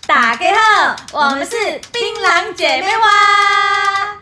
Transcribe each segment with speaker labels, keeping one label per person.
Speaker 1: 大家好，我们是槟榔姐妹花。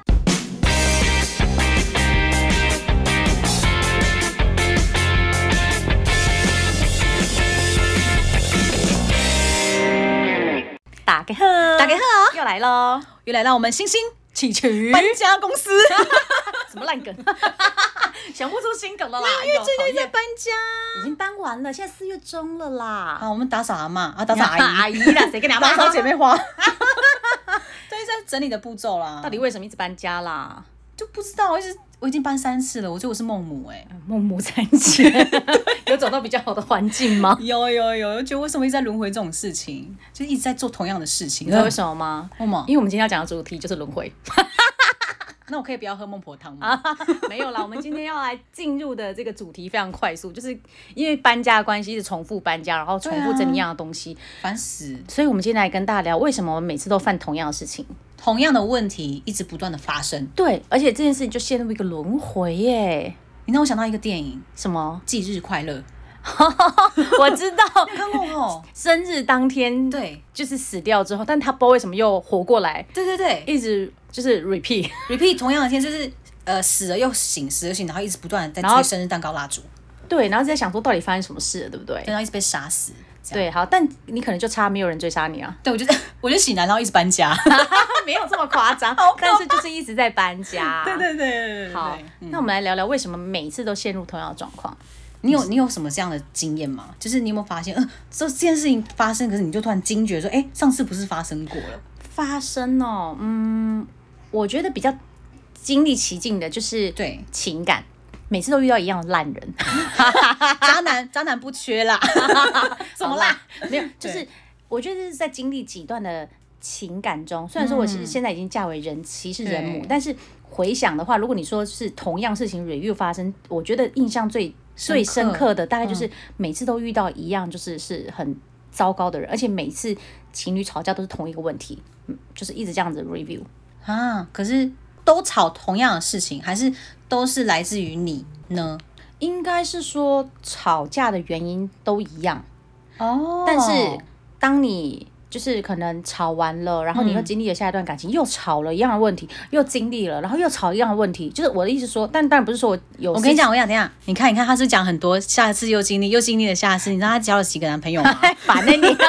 Speaker 1: 大家好，
Speaker 2: 大家好，
Speaker 1: 又来咯，
Speaker 2: 又来到我们星星
Speaker 1: 琪琪
Speaker 2: 搬家公司，
Speaker 1: 什么烂梗？想不出新梗了啦！
Speaker 2: 因为最近在搬家，
Speaker 1: 已经搬完了，现在4月中了啦。
Speaker 2: 好，我们打扫阿嬷啊，打扫阿姨，
Speaker 1: 阿姨啦，谁跟你阿妈
Speaker 2: 打扫姐妹花，对，在整理的步骤啦。
Speaker 1: 到底为什么一直搬家啦？
Speaker 2: 就不知道，我已经搬3次了，我觉得我是孟母
Speaker 1: 孟母三迁，有找到比较好的环境吗？
Speaker 2: 有，我觉得为什么一直在轮回这种事情，就是一直在做同样的事情。
Speaker 1: 你知道为什么吗？
Speaker 2: 为什么？
Speaker 1: 因为我们今天要讲的主题就是轮回。
Speaker 2: 那我可以不要喝孟婆汤吗？
Speaker 1: 没有啦，我们今天要来进入的这个主题非常快速，就是因为搬家的关系，一直重复搬家，然后重复整理一样的东西，
Speaker 2: 烦死！
Speaker 1: 所以我们今天来跟大家聊，为什么我们每次都犯同样的事情，
Speaker 2: 同样的问题一直不断的发生。
Speaker 1: 对，而且这件事情就陷入一个轮回耶。
Speaker 2: 你让我想到一个电影，
Speaker 1: 什么？
Speaker 2: 忌日快乐。
Speaker 1: 我知道，
Speaker 2: 你看过哦？
Speaker 1: 生日当天，
Speaker 2: 对，
Speaker 1: 就是死掉之后，但他不知道为什么又活过来，
Speaker 2: 对，
Speaker 1: 一直就是 repeat
Speaker 2: 同样的天，就是死了又醒，死了又醒，然后一直不断的在追生日蛋糕蜡烛。
Speaker 1: 对，然后在想说到底发生什么事了，对不对？
Speaker 2: 然后一直被杀死。
Speaker 1: 对，好，但你可能就差没有人追杀你啊。
Speaker 2: 对，我就醒来，然后一直搬家，
Speaker 1: 没有这么夸张，但是就是一直在搬家。
Speaker 2: 对。
Speaker 1: 好，那我们来聊聊为什么每次都陷入同样的状况。
Speaker 2: 你有什么这样的经验吗？就是你有没有发现，这件事情发生，可是你就突然惊觉说，上次不是发生过了？
Speaker 1: 发生哦，我觉得比较经历其境的就是
Speaker 2: 对
Speaker 1: 情感，每次都遇到一样的烂人，
Speaker 2: 渣男不缺啦，
Speaker 1: 什么啦？没有，就是我觉得是在经历几段的情感中，虽然说我是现在已经嫁为人妻是人母，但是回想的话，如果你说是同样事情 review 发生，我觉得印象最深刻的大概就是每次都遇到一样是很糟糕的人，而且每次情侣吵架都是同一个问题，就是一直这样子 review
Speaker 2: 啊。可是都吵同样的事情，还是都是来自于你呢？
Speaker 1: 应该是说吵架的原因都一样
Speaker 2: 哦，
Speaker 1: 但是当你就是可能吵完了，然后你又经历了下一段感情，又吵了一样的问题，又经历了，然后又吵一样的问题，就是我的意思说，但当然不是说我有。
Speaker 2: 我跟你讲，等一下，你看，他是讲很多，下次又经历了下次，你知道他交了几个男朋友吗？
Speaker 1: 烦了你。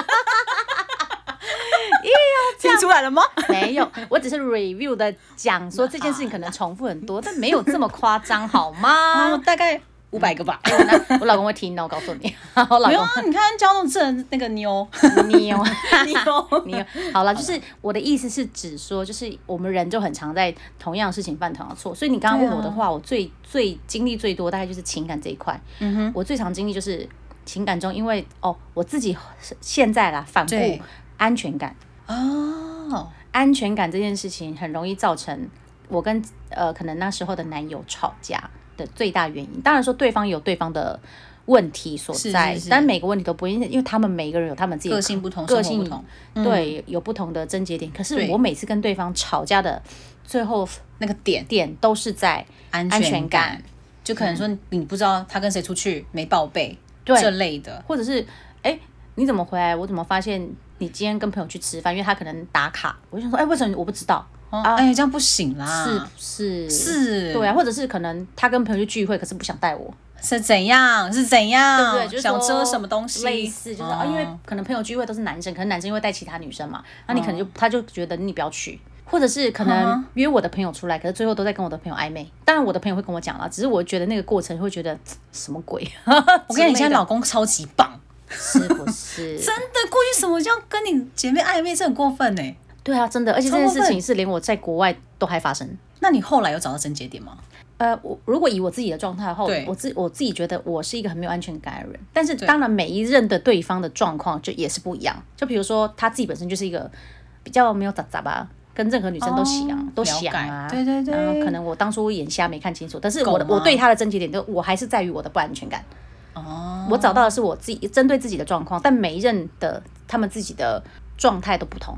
Speaker 2: 听出来了吗？
Speaker 1: 没有，我只是 review 的讲说这件事情可能重复很多，但没有这么夸张，好吗？
Speaker 2: 大概500个吧。
Speaker 1: 我老公会听的，我告诉你。我老公
Speaker 2: 没有啊，你看交那这那个妞，
Speaker 1: 好了，就是我的意思是指说，就是我们人就很常在同样的事情犯同样的错，所以你刚刚问我的话，我最经历最多大概就是情感这一块。我最常经历就是情感中，因为我自己现在啦反顾安全感。安全感这件事情很容易造成我跟可能那时候的男友吵架的最大原因。当然说对方有对方的问题所在，但每个问题都不一样，因为他们每个人有他们自己的
Speaker 2: 个性不同，
Speaker 1: 个性
Speaker 2: 不同，
Speaker 1: 对，有不同的症结点。可是我每次跟对方吵架的最后
Speaker 2: 那个点
Speaker 1: 都是在安全感，
Speaker 2: 就可能说你不知道他跟谁出去没报备，这类的，
Speaker 1: 或者是你怎么回来？我怎么发现你今天跟朋友去吃饭？因为他可能打卡，我就想说，为什么我不知道？
Speaker 2: 这样不行啦，
Speaker 1: 是，对啊，或者是可能他跟朋友去聚会，可是不想带我，
Speaker 2: 是怎样？对不
Speaker 1: 对？就是
Speaker 2: 想遮什么东西？
Speaker 1: 类似就是因为可能朋友聚会都是男生，可能男生会带其他女生嘛，那你可能他就觉得你不要去。或者是可能约我的朋友出来，可是最后都在跟我的朋友暧昧。当然我的朋友会跟我讲啦，只是我觉得那个过程会觉得什么鬼？
Speaker 2: 我跟你现在老公超级棒，
Speaker 1: 是不是？真
Speaker 2: 的，过去什么叫跟你姐妹暧昧，这很过分呢。
Speaker 1: 对啊，真的，而且这件事情是连我在国外都还发生。
Speaker 2: 那你后来有找到症结点吗？
Speaker 1: 我如果以我自己的状态后，我自己觉得我是一个很没有安全感的人，但是当然每一任的对方的状况就也是不一样。就比如说他自己本身就是一个比较没有杂杂吧。跟任何女生都想啊，
Speaker 2: 对，
Speaker 1: 然后可能我当初眼瞎没看清楚，但是我对他的症结点我还是在于我的不安全感。我找到的是我自己针对自己的状况，但每一任的他们自己的状态都不同。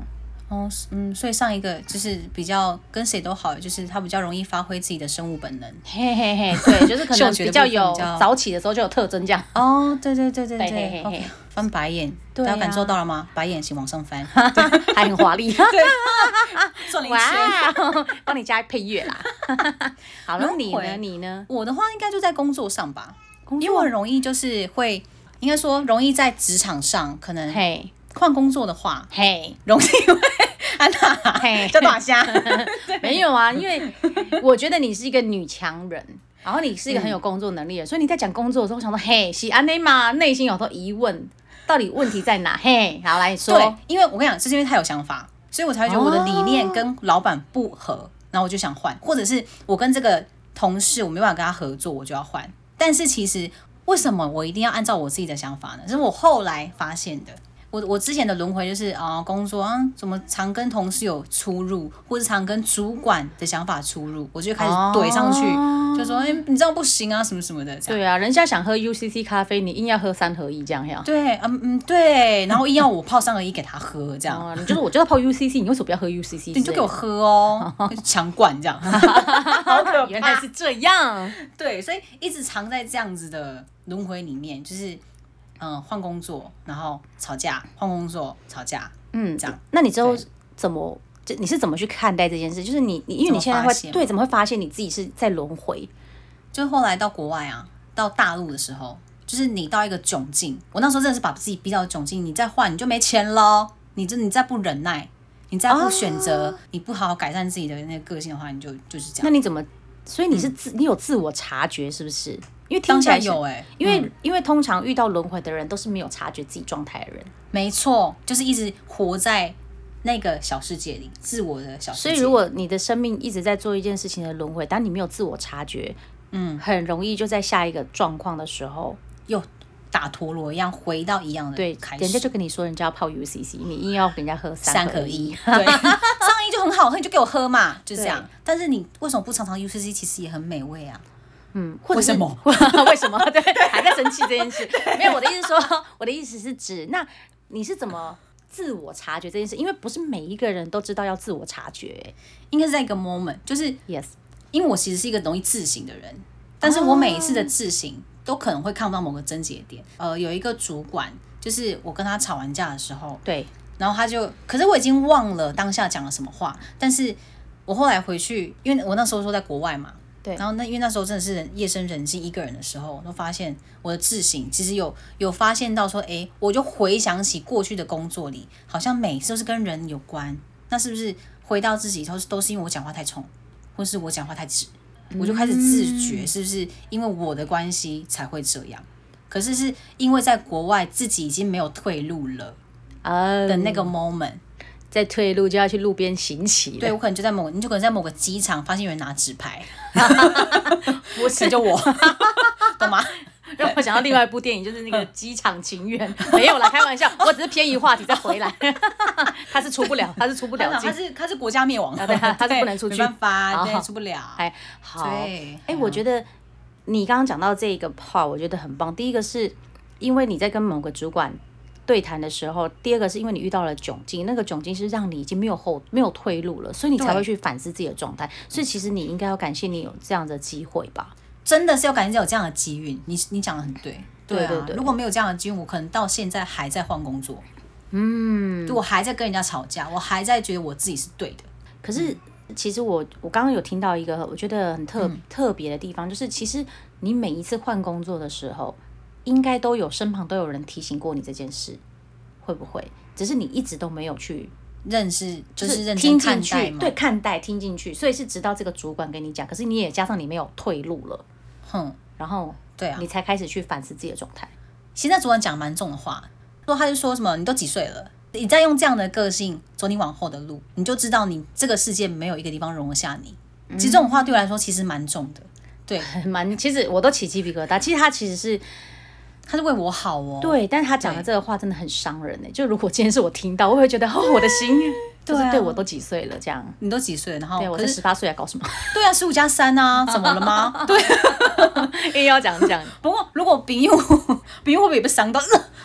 Speaker 2: 所以上一个就是比较跟谁都好，就是他比较容易发挥自己的生物本能。
Speaker 1: 嘿嘿嘿，对，就是可能比较有早起的时候就有特征这样。
Speaker 2: 对
Speaker 1: 对
Speaker 2: ，OK， 翻白眼，
Speaker 1: 大
Speaker 2: 家感受到了吗？白眼型往上翻，
Speaker 1: 还很华丽。
Speaker 2: 对，转了一圈，
Speaker 1: 帮你加配乐啦。好了，你呢？
Speaker 2: 我的话应该就在工作上吧，因为我很容易就是会，应该说容易在职场上可能换工作的话，容易会安娜叫大虾。
Speaker 1: 没有啊，因为我觉得你是一个女强人，然后你是一个很有工作能力的，所以你在讲工作的时候，我想说是安内嘛，内心有很多疑问，到底问题在哪？好来说。
Speaker 2: 对，因为我跟你讲，是因为太有想法，所以我才会觉得我的理念跟老板不合，然后我就想换，或者是我跟这个同事我没办法跟他合作，我就要换。但是其实为什么我一定要按照我自己的想法呢？是我后来发现的。我之前的轮回就是工作怎么常跟同事有出入，或者常跟主管的想法出入，我就开始怼上去，就说你这样不行啊，什么什么的。
Speaker 1: 对啊，人家想喝 UCC 咖啡，你硬要喝3合1这样呀？
Speaker 2: 对，对，然后硬要我泡3合1给他喝这样。
Speaker 1: 你就是我就要泡 UCC， 你为什么不要喝 UCC？
Speaker 2: 你就给我喝哦，强灌这样。好可怕，
Speaker 1: 原来是这样。
Speaker 2: 对，所以一直藏在这样子的轮回里面，就是。换工作，然后吵架，换工作，吵架，这样。
Speaker 1: 那你之后你是怎么去看待这件事？就是你因为你现在会怎么会发现你自己是在轮回？
Speaker 2: 就后来到国外到大陆的时候，就是你到一个窘境，我那时候真的是把自己逼到窘境，你再换你就没钱咯，你再不忍耐，你再不选择，你不好好改善自己的那个个性的话，你就是这样。
Speaker 1: 那你怎么？所以你是你有自我察觉是不是？因为听起来
Speaker 2: 有
Speaker 1: 因为通常遇到轮回的人都是没有察觉自己状态的人。
Speaker 2: 没错，就是一直活在那个小世界里，自我的小世界。
Speaker 1: 所以如果你的生命一直在做一件事情的轮回，但你没有自我察觉，很容易就在下一个状况的时候
Speaker 2: 又打陀螺一样回到一样的开始。
Speaker 1: 人家就跟你说人家要泡 UCC， 你硬要人家喝3合1。
Speaker 2: 对，3合1就很好喝，你就给我喝嘛，就这样。但是你为什么不常常 UCC？ 其实也很美味啊。为什么？
Speaker 1: 为什么？对，还在生气这件事。没有，我的意思是指，那你是怎么自我察觉这件事？因为不是每一个人都知道要自我察觉，
Speaker 2: 应该是在一个 moment， 就是
Speaker 1: yes，
Speaker 2: 因为我其实是一个容易自省的人，但是我每一次的自省都可能会看不到某个症结点。有一个主管，就是我跟他吵完架的时候，
Speaker 1: 对，
Speaker 2: 然后他就，可是我已经忘了当下讲了什么话，但是我后来回去，因为我那时候说在国外嘛。
Speaker 1: 对，
Speaker 2: 然后因为那时候真的是夜深人静一个人的时候，我都发现我的自省其实有发现到说，我就回想起过去的工作里，好像每次都是跟人有关，那是不是回到自己都是因为我讲话太冲，或是我讲话太直，我就开始自觉是不是因为我的关系才会这样？可是是因为在国外自己已经没有退路了的那个 moment。
Speaker 1: 在退路就要去路边行乞了。
Speaker 2: 对，我可能就你就可能在某个机场发现有人拿纸牌，
Speaker 1: 不是
Speaker 2: 就我，懂吗？
Speaker 1: 让我想到另外一部电影，就是那个《机场情缘》。没有啦，开玩笑，我只是偏移话题再回来。他是出不了境，
Speaker 2: 他是国家灭亡，
Speaker 1: 他是不能出去，
Speaker 2: 没办法，对，出不了。
Speaker 1: 好，我觉得你刚刚讲到这个 part， 我觉得很棒。第一个是因为你在跟某个主管对谈的时候，第二个是因为你遇到了窘境，那个窘境是让你已经没有退路了，所以你才会去反思自己的状态。所以其实你应该要感谢你有这样的机会吧。
Speaker 2: 真的是要感谢有这样的机遇，你讲的很对。对啊，如果没有这样的机遇，我可能到现在还在换工作。我还在跟人家吵架，我还在觉得我自己是对的。
Speaker 1: 可是其实我刚刚有听到一个我觉得很特别的地方，就是其实你每一次换工作的时候，应该身旁都有人提醒过你这件事，会不会？只是你一直都没有去
Speaker 2: 认识，就是认
Speaker 1: 真
Speaker 2: 看待嘛。
Speaker 1: 对，看待听进去，所以是直到这个主管跟你讲，可是你也加上你没有退路了，然后
Speaker 2: 对啊，
Speaker 1: 你才开始去反思自己的状态。
Speaker 2: 现在主管讲蛮重的话，他就说什么你都几岁了，你再用这样的个性走你往后的路，你就知道你这个世界没有一个地方容得下你。其实这种话对我来说其实蛮重的，对，
Speaker 1: 其实我都起鸡皮疙瘩。其实他是
Speaker 2: 为我好哦，
Speaker 1: 对，但是他讲的这个话真的很伤人。就如果今天是我听到，我会觉得我的心就是对我都几岁了这样。
Speaker 2: 你都几岁了？然后
Speaker 1: 对我是18岁还搞什么？
Speaker 2: 对啊，15+3啊，怎么了吗？对，
Speaker 1: 硬要讲。
Speaker 2: 不过如果朋友会不会被伤到？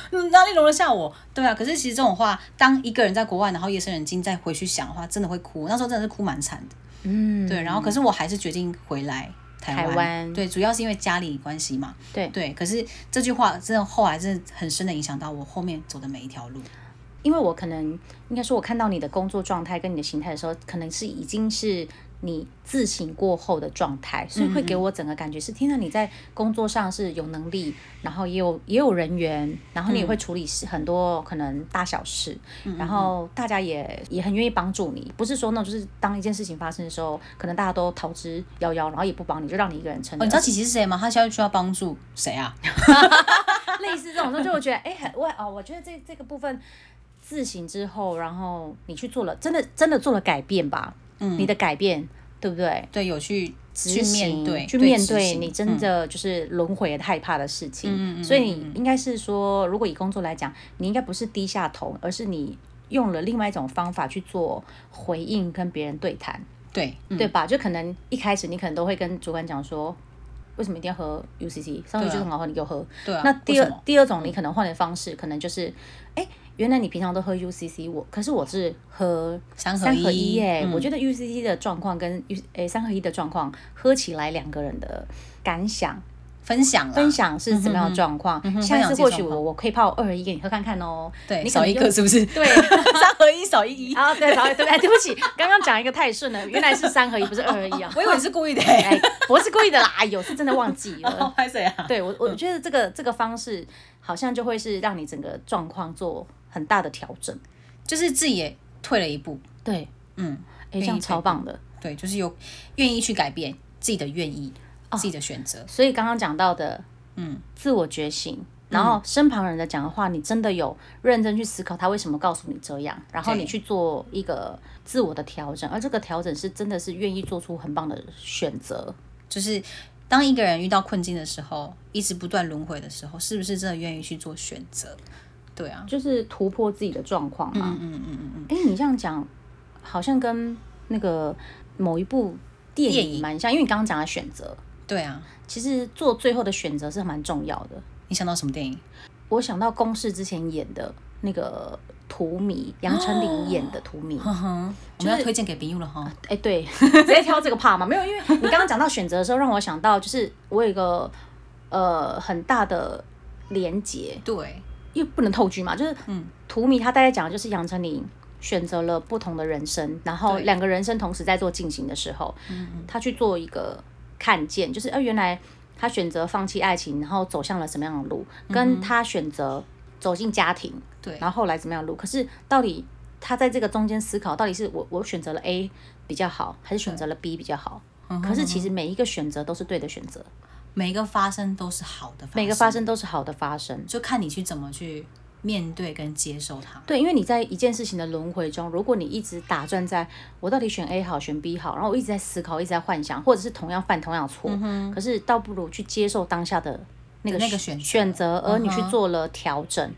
Speaker 2: 哪里容得下我？对啊，可是其实这种话，当一个人在国外，然后夜深人静再回去想的话，真的会哭。那时候真的是哭蛮惨的。对，然后可是我还是决定回来台湾。对，主要是因为家里关系嘛。对，可是这句话真的后来真的很深的影响到我后面走的每一条路。
Speaker 1: 因为我可能应该说，我看到你的工作状态跟你的心态的时候，可能是已经是你自省过后的状态，所以会给我整个感觉是，天哪，你在工作上是有能力，然后也有人缘，然后你也会处理很多可能大小事，然后大家也很愿意帮助你，不是说那种就是当一件事情发生的时候，可能大家都逃之夭夭，然后也不帮你，就让你一个人承担。
Speaker 2: 你知道琪琪是谁吗？他现在需要帮助谁啊？
Speaker 1: 类似这种，就会觉得我觉得这个部分自省之后，然后你去做了，真的做了改变吧。你的改变对不对？
Speaker 2: 对，有去面对，
Speaker 1: 去面对你真的就是轮回害怕的事情。所以你应该是说，如果以工作来讲，你应该不是低下头，而是你用了另外一种方法去做回应，跟别人对谈。对吧？就可能一开始你可能都会跟主管讲说，为什么一定要喝 UCC？ 上回就很好喝，你给我喝。
Speaker 2: 对啊。
Speaker 1: 那第二种，你可能换的方式，可能就是原来你平常都喝 UCC， 可是我是喝
Speaker 2: 三合一
Speaker 1: 耶。我觉得 UCC 的状况跟三合一的状况喝起来，两个人的感想
Speaker 2: 分享
Speaker 1: 是怎么样的状况。下次或许我可以泡2合1给你喝看看哦。
Speaker 2: 对，你少一个是不是？
Speaker 1: 对
Speaker 2: ，3合1少一。
Speaker 1: 啊，对，对不起，刚刚讲一个太顺了，原来是3合1，不是2合1啊。
Speaker 2: 我以为你是故意的。
Speaker 1: 我是故意的啦，是真的忘记了。
Speaker 2: 拍谁啊？
Speaker 1: 对，我觉得这个方式好像就会是让你整个状况做很大的调整，
Speaker 2: 就是自己也退了一步。
Speaker 1: 对，这样超棒的。
Speaker 2: 对，就是有愿意去改变自己的愿意，自己的选择。
Speaker 1: 所以刚刚讲到的，自我觉醒，然后身旁人的讲的话，你真的有认真去思考他为什么告诉你这样，然后你去做一个自我的调整，而这个调整是真的是愿意做出很棒的选择。
Speaker 2: 就是当一个人遇到困境的时候，一直不断轮回的时候，是不是真的愿意去做选择？对啊，
Speaker 1: 就是突破自己的状况嘛。你这样讲，好像跟那个某一部电影蛮像，因为你刚刚讲的选择。
Speaker 2: 对啊，
Speaker 1: 其实做最后的选择是蛮重要的。
Speaker 2: 你想到什么电影？
Speaker 1: 我想到公视之前演的那个荼蘼，杨丞琳演的荼蘼。
Speaker 2: 我们要推荐给朋友了哈。
Speaker 1: 对，直接挑这个怕嘛？没有，因为你刚刚讲到选择的时候，让我想到就是我有一个很大的连结。
Speaker 2: 对，
Speaker 1: 因为不能透剧嘛，就是荼蘼他大概讲的就是杨丞琳选择了不同的人生，然后两个人生同时在做进行的时候，他去做一个看见，就是原来他选择放弃爱情，然后走向了什么样的路，跟他选择走进家庭，
Speaker 2: 对，
Speaker 1: 然后后来怎么样的路，可是到底他在这个中间思考，到底是我选择了 A 比较好，还是选择了 B 比较好？可是其实每一个选择都是对的选择，
Speaker 2: 每一个发生都是好的发生，
Speaker 1: 每个发生都是好的发生，
Speaker 2: 就看你去怎么去面对跟接受它。
Speaker 1: 对，因为你在一件事情的轮回中，如果你一直打转在我到底选 A 好选 B 好，然后我一直在思考，一直在幻想，或者是同样犯同样的错，可是倒不如去接受当下的那个选择，而你去做了调整。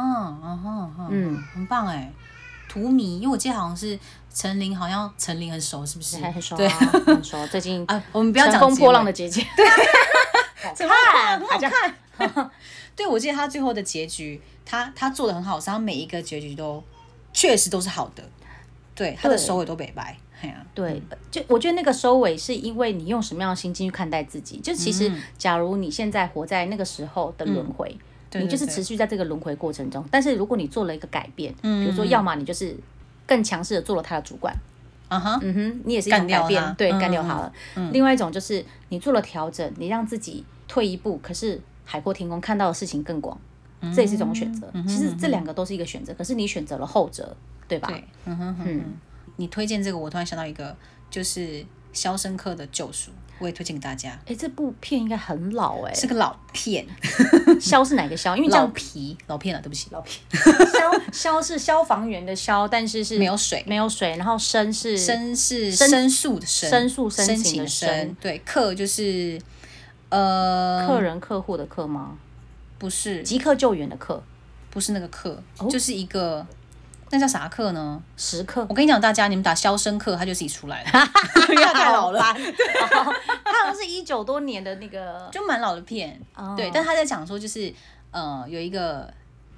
Speaker 2: 很棒哎。荼蘼，因为我记得好像是陈琳，好像陈琳很熟，是不是？
Speaker 1: 很熟，对，很熟。最近
Speaker 2: 我们不要讲
Speaker 1: 乘风破浪的姐姐，对，
Speaker 2: 好看。对，我记得他最后的结局，他做的很好，他每一个结局都确实都是好的。对，他的收尾都美白。
Speaker 1: 对，就我觉得那个收尾是因为你用什么样的心境去看待自己。就其实，假如你现在活在那个时候的轮回。你就是持续在这个轮回过程中，但是如果你做了一个改变，比如说，要么你就是更强势的做了他的主管，你也是一种改变，对，干掉他了。另外一种就是你做了调整，你让自己退一步，可是海阔天空，看到的事情更广，这也是一种选择。其实这两个都是一个选择，可是你选择了后者，对吧？
Speaker 2: 对，你推荐这个，我突然想到一个，就是《肖申克的救赎》。我也推荐给大家。
Speaker 1: 这部片应该很老
Speaker 2: 是个老片。
Speaker 1: 肖是哪个肖？因为
Speaker 2: 老片了，对不起，老片。
Speaker 1: 消是消防员的消，但是
Speaker 2: 没有水，
Speaker 1: 然后申是
Speaker 2: 申诉的申，
Speaker 1: 申请的申。
Speaker 2: 对，客就是
Speaker 1: 客人客户的客吗？
Speaker 2: 不是，
Speaker 1: 即刻救援的客，
Speaker 2: 不是那个客，就是一个。那叫啥课呢？
Speaker 1: 时刻。
Speaker 2: 我跟你讲，大家你们打肖申克，他就自己出来了，因为他太老了。
Speaker 1: 他好像是19多年的那个，
Speaker 2: 就蛮老的片。对，但他在讲说，就是有一个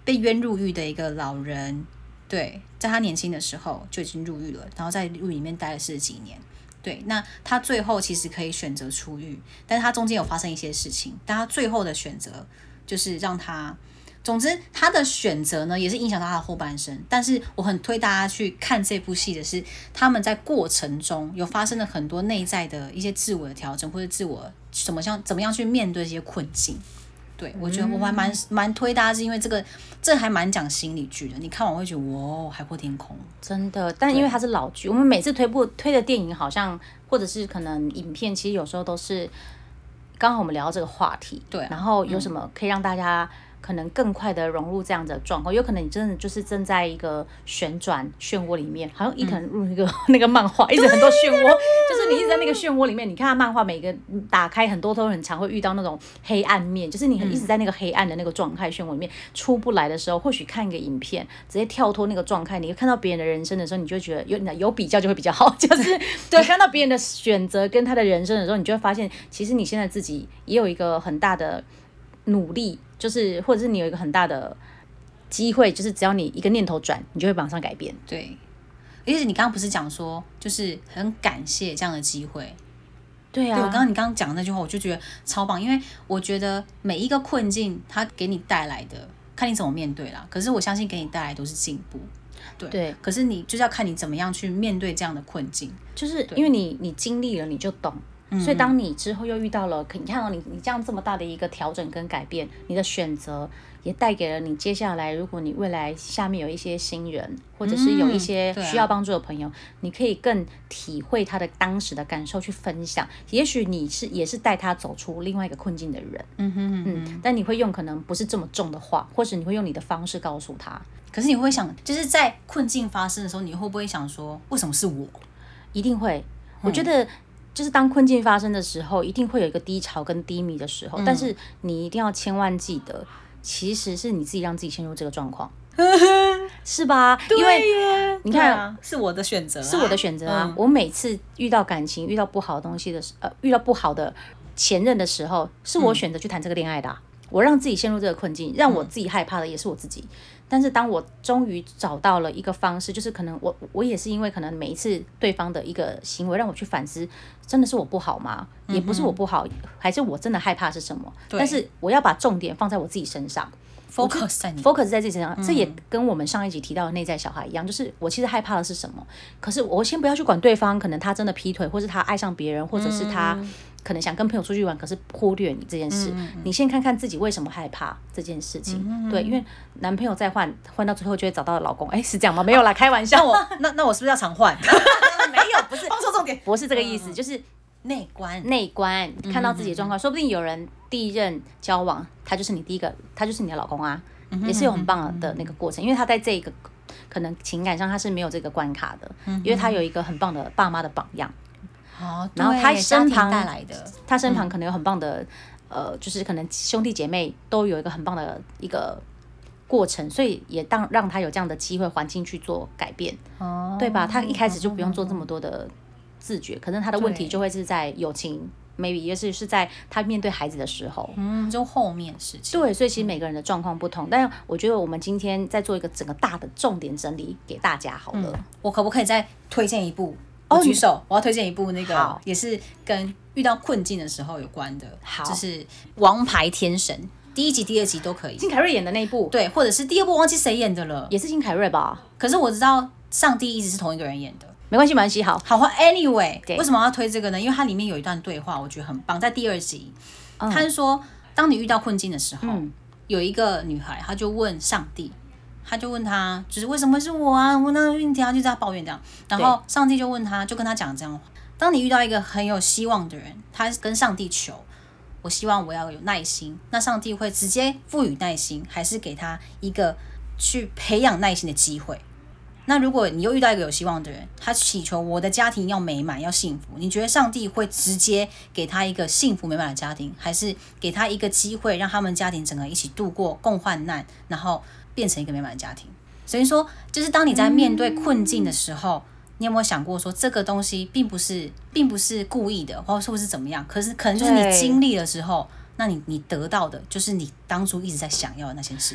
Speaker 2: 被冤入狱的一个老人，对，在他年轻的时候就已经入狱了，然后在狱里面待了40几年。对，那他最后其实可以选择出狱，但是他中间有发生一些事情，但他最后的选择就是让他，总之他的选择呢也是影响到他的后半生。但是我很推大家去看这部戏的是，他们在过程中有发生了很多内在的一些自我的调整，或者自我怎么样去面对这些困境。对，我觉得我还蛮推大家，是因为这还蛮讲心理剧的。你看完会觉得哇，海阔天空，
Speaker 1: 真的。但因为它是老剧，我们每次推的电影好像或者是可能影片，其实有时候都是刚好我们聊到这个话题，
Speaker 2: 对
Speaker 1: 然后有什么可以让大家可能更快的融入这样的状况，有可能你真的就是正在一个旋转漩涡里面，好像伊藤入那个那个漫画，一直很多漩涡，就是你一直在那个漩涡里面。你看他漫画每个打开很多都很常会遇到那种黑暗面，就是你一直在那个黑暗的那个状态漩涡里面出不来的时候，或许看一个影片，直接跳脱那个状态，你看到别人的人生的时候，你就会觉得有比较就会比较好，就是对看到别人的选择跟他的人生的时候，你就会发现，其实你现在自己也有一个很大的努力，就是或者是你有一个很大的机会，就是只要你一个念头转，你就会马上改变。
Speaker 2: 对，而且你刚刚不是讲说，就是很感谢这样的机会。
Speaker 1: 对啊，
Speaker 2: 对，你刚刚讲的那句话，我就觉得超棒，因为我觉得每一个困境，它给你带来的，看你怎么面对啦。可是我相信给你带来都是进步。对，可是你就是要看你怎么样去面对这样的困境，
Speaker 1: 就是因为你经历了，你就懂。所以当你之后又遇到了，你看到你这样这么大的一个调整跟改变，你的选择也带给了你接下来，如果你未来下面有一些新人，或者是有一些需要帮助的朋友，你可以更体会他的当时的感受去分享。也许你也是带他走出另外一个困境的人，但你会用可能不是这么重的话，或者你会用你的方式告诉他。
Speaker 2: 可是你会想，就是在困境发生的时候，你会不会想说，为什么是我？
Speaker 1: 一定会，我觉得。就是当困境发生的时候，一定会有一个低潮跟低迷的时候，但是你一定要千万记得，其实是你自己让自己陷入这个状况，是吧？因为你看，
Speaker 2: 是我的选择，
Speaker 1: 是我的选择啊！我每次遇到感情、遇到不好的东西的遇到不好的前任的时候，是我选择去谈这个恋爱的我让自己陷入这个困境，让我自己害怕的也是我自己。但是当我终于找到了一个方式，就是可能我也是因为可能每一次对方的一个行为让我去反思，真的是我不好吗？也不是我不好，还是我真的害怕是什么？但是我要把重点放在我自己身上。
Speaker 2: focus 在你
Speaker 1: focus 在自己身上，这也跟我们上一集提到的内在小孩一样，就是我其实害怕的是什么，可是我先不要去管对方，可能他真的劈腿，或是他爱上别人，或者是他可能想跟朋友出去玩，可是忽略你这件事，你先看看自己为什么害怕这件事情。对，因为男朋友再换到最后就会找到老公，是这样吗？没有啦，开玩笑。
Speaker 2: 那我是不是要常换？
Speaker 1: 没有，不是，
Speaker 2: 放错重点，
Speaker 1: 不是这个意思，就是
Speaker 2: 内观，
Speaker 1: 看到自己的状况，说不定有人第一任交往，他就是你的老公啊，也是有很棒的那个过程，因为他在这个可能情感上他是没有这个关卡的，因为他有一个很棒的爸妈的榜样，然后他身旁
Speaker 2: 带来的，
Speaker 1: 他身旁可能有很棒的就是可能兄弟姐妹都有一个很棒的一个过程，所以也让他有这样的机会环境去做改变，对吧？他一开始就不用做这么多的自觉，可能他的问题就会是在友情，maybe 也是在他面对孩子的时候，
Speaker 2: 就后面事情。
Speaker 1: 对，所以其实每个人的状况不同，但我觉得我们今天在做一个整个大的重点整理给大家好了。
Speaker 2: 我可不可以再推荐一部？我举手，我要推荐一部那个也是跟遇到困境的时候有关的，就是《王牌天神》。第1集、第2集都可以。
Speaker 1: 金凯瑞演的那一部，
Speaker 2: 对，或者是第2部忘记谁演的了，
Speaker 1: 也是金凯瑞吧？
Speaker 2: 可是我知道上帝一直是同一个人演的。
Speaker 1: 没关系，好。
Speaker 2: Anyway， 为什么要推这个呢？因为它里面有一段对话，我觉得很棒，在第2集，他是说，当你遇到困境的时候，有一个女孩，她就问上帝，她就问他，就是为什么是我啊？我那问题，她就在抱怨这样，然后上帝就问他，就跟他讲这样的话：当你遇到一个很有希望的人，他跟上帝求，我希望我要有耐心，那上帝会直接赋予耐心，还是给他一个去培养耐心的机会？那如果你又遇到一个有希望的人，他祈求我的家庭要美满要幸福，你觉得上帝会直接给他一个幸福美满的家庭，还是给他一个机会让他们家庭整个一起度过共患难，然后变成一个美满的家庭？所以说，就是当你在面对困境的时候，你有没有想过说这个东西并不是故意的，或者是怎么样？可能就是你经历的时候，那你得到的就是你当初一直在想要的那些事情。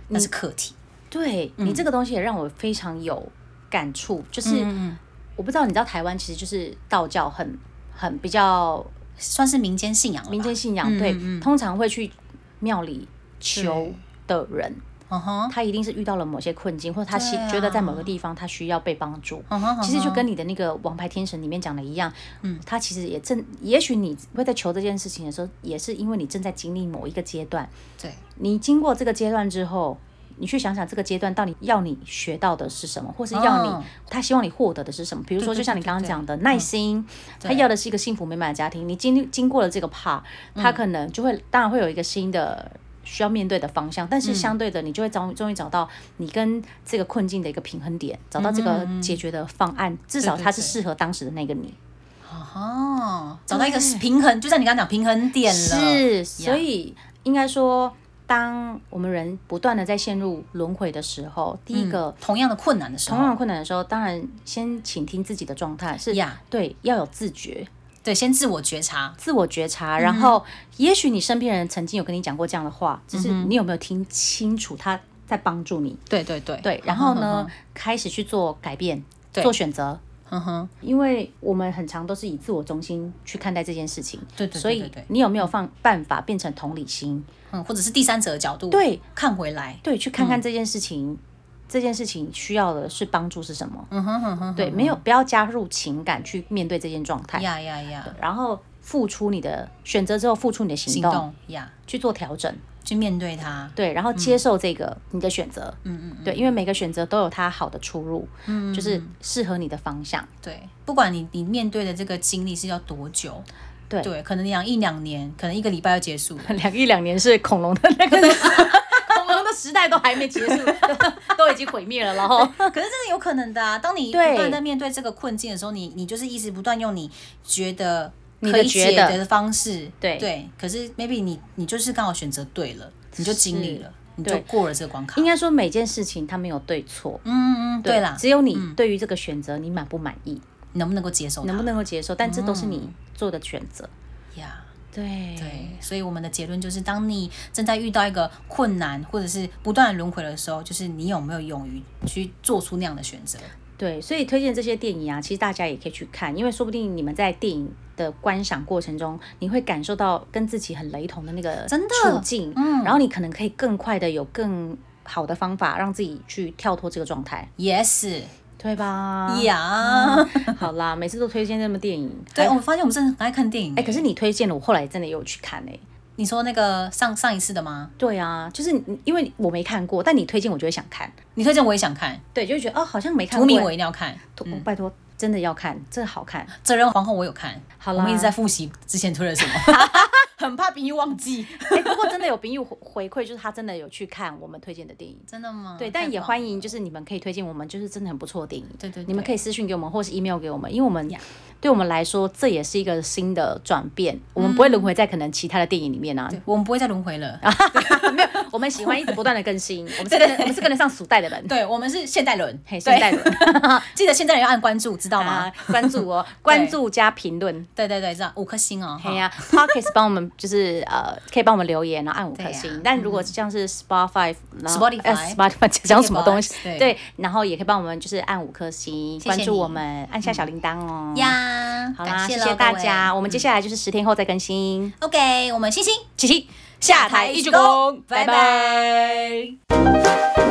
Speaker 2: 那是课题。
Speaker 1: 对你这个东西也让我非常有感触，就是我不知道你知道台湾其实就是道教很比较
Speaker 2: 算是民间信仰了吧，
Speaker 1: 民间信仰，对，通常会去庙里求的人。他一定是遇到了某些困境，或者他觉得在某个地方他需要被帮助。其实就跟你的那个王牌天神里面讲的一样，他其实也许你会在求这件事情的时候，也是因为你正在经历某一个阶段。
Speaker 2: 对，
Speaker 1: 你经过这个阶段之后，你去想想这个阶段到底要你学到的是什么，或是要你他希望你获得的是什么。比如说，就像你刚刚讲的耐心，他要的是一个幸福美满的家庭。你经过了这个 part， 他可能就会当然会有一个新的需要面对的方向，但是相对的，你就会终于找到你跟这个困境的一个平衡点，找到这个解决的方案，至少它是适合当时的那个你。
Speaker 2: 找到一个平衡，就像你刚刚讲平衡点了。
Speaker 1: 是，所以应该说，当我们人不断的在陷入轮回的时候，第一个
Speaker 2: 同样的困难的时
Speaker 1: 候，当然先倾听自己的状态，是对，要有自觉。
Speaker 2: 对，先自我觉察，
Speaker 1: 然后也许你身边人曾经有跟你讲过这样的话，只是你有没有听清楚他在帮助你？对，然后呢，开始去做改变，做选择。因为我们很常都是以自我中心去看待这件事情，
Speaker 2: 对，
Speaker 1: 所以你有没有办法变成同理心，
Speaker 2: 或者是第三者的角度，
Speaker 1: 对，
Speaker 2: 看回来，
Speaker 1: 对，去看看这件事情。这件事情需要的是帮助是什么？对，不要加入情感去面对这件状态。然后付出你的选择之后，付出你的行动去做调整，
Speaker 2: 去面对它。
Speaker 1: 对，然后接受这个你的选择。对，因为每个选择都有它好的出路，就是适合你的方向。
Speaker 2: 对，不管你面对的这个经历是要多久。对，可能1、2年，可能1个礼拜就结束了。
Speaker 1: 1、2年是恐龙的那个。恐龙的时代都还没结束，都已经毁灭了，然后
Speaker 2: 可是真的有可能的啊！当你不断在面对这个困境的时候，你就是一直不断用你觉得可以解决的方式，对。可是 maybe 你就是刚好选择对了，你就经历了，你就过了这个关卡。
Speaker 1: 应该说每件事情它没有对错，
Speaker 2: 对啦，
Speaker 1: 只有你对于这个选择你满不满意，
Speaker 2: 能不能够接受，
Speaker 1: 但这都是你做的选择
Speaker 2: 呀。
Speaker 1: 对，
Speaker 2: 所以我们的结论就是，当你正在遇到一个困难或者是不断的轮回的时候，就是你有没有勇于去做出那样的选择。
Speaker 1: 对，所以推荐这些电影啊，其实大家也可以去看，因为说不定你们在电影的观赏过程中，你会感受到跟自己很雷同的那个处境，然后你可能可以更快的有更好的方法让自己去跳脱这个状态。
Speaker 2: Yes。
Speaker 1: 对吧？好啦，每次都推荐这么电影。
Speaker 2: 对，我发现我们真的很爱看电影。
Speaker 1: 可是你推荐了，我后来真的有去看
Speaker 2: 你说那个上一次的吗？
Speaker 1: 对啊，就是因为我没看过，但你推荐我就会想看。
Speaker 2: 你推荐我也想看，
Speaker 1: 对，就会觉得好像没看过。
Speaker 2: 荼蘼我一定要看，
Speaker 1: 拜托，真的要看，真的好看。
Speaker 2: 责任皇后我有看，
Speaker 1: 好啦，
Speaker 2: 我们一直在复习之前推了什么。很怕朋友忘记。
Speaker 1: 不过真的有朋友回馈，就是他真的有去看我们推荐的电影。
Speaker 2: 真的吗？
Speaker 1: 对，但也欢迎就是你们可以推荐我们，就是真的很不错的电影。
Speaker 2: 对，
Speaker 1: 你们可以私讯给我们，或是 email 给我们，因为我们对我们来说这也是一个新的转变。我们不会轮回在可能其他的电影里面啊，
Speaker 2: 我们不会再轮回了。
Speaker 1: 没有，我们喜欢一直不断的更新。我们是跟得上时代的人。
Speaker 2: 对，我们是现代人。
Speaker 1: 现代人，
Speaker 2: 记得现代人要按关注，知道吗？
Speaker 1: 关注哦，关注加评论。
Speaker 2: 对，知道5颗星哦。
Speaker 1: 对呀 ，Podcast 帮我们就是可以帮我们留言，然后按5颗星。但如果像是 Spotify 讲什么东西，对，然后也可以帮我们就是按5颗星，关注我们，按下小铃铛哦。好啦，谢谢大家。我们接下来就是10天后再更新。
Speaker 2: OK， 我们星期
Speaker 1: 下台一鞠躬，拜拜。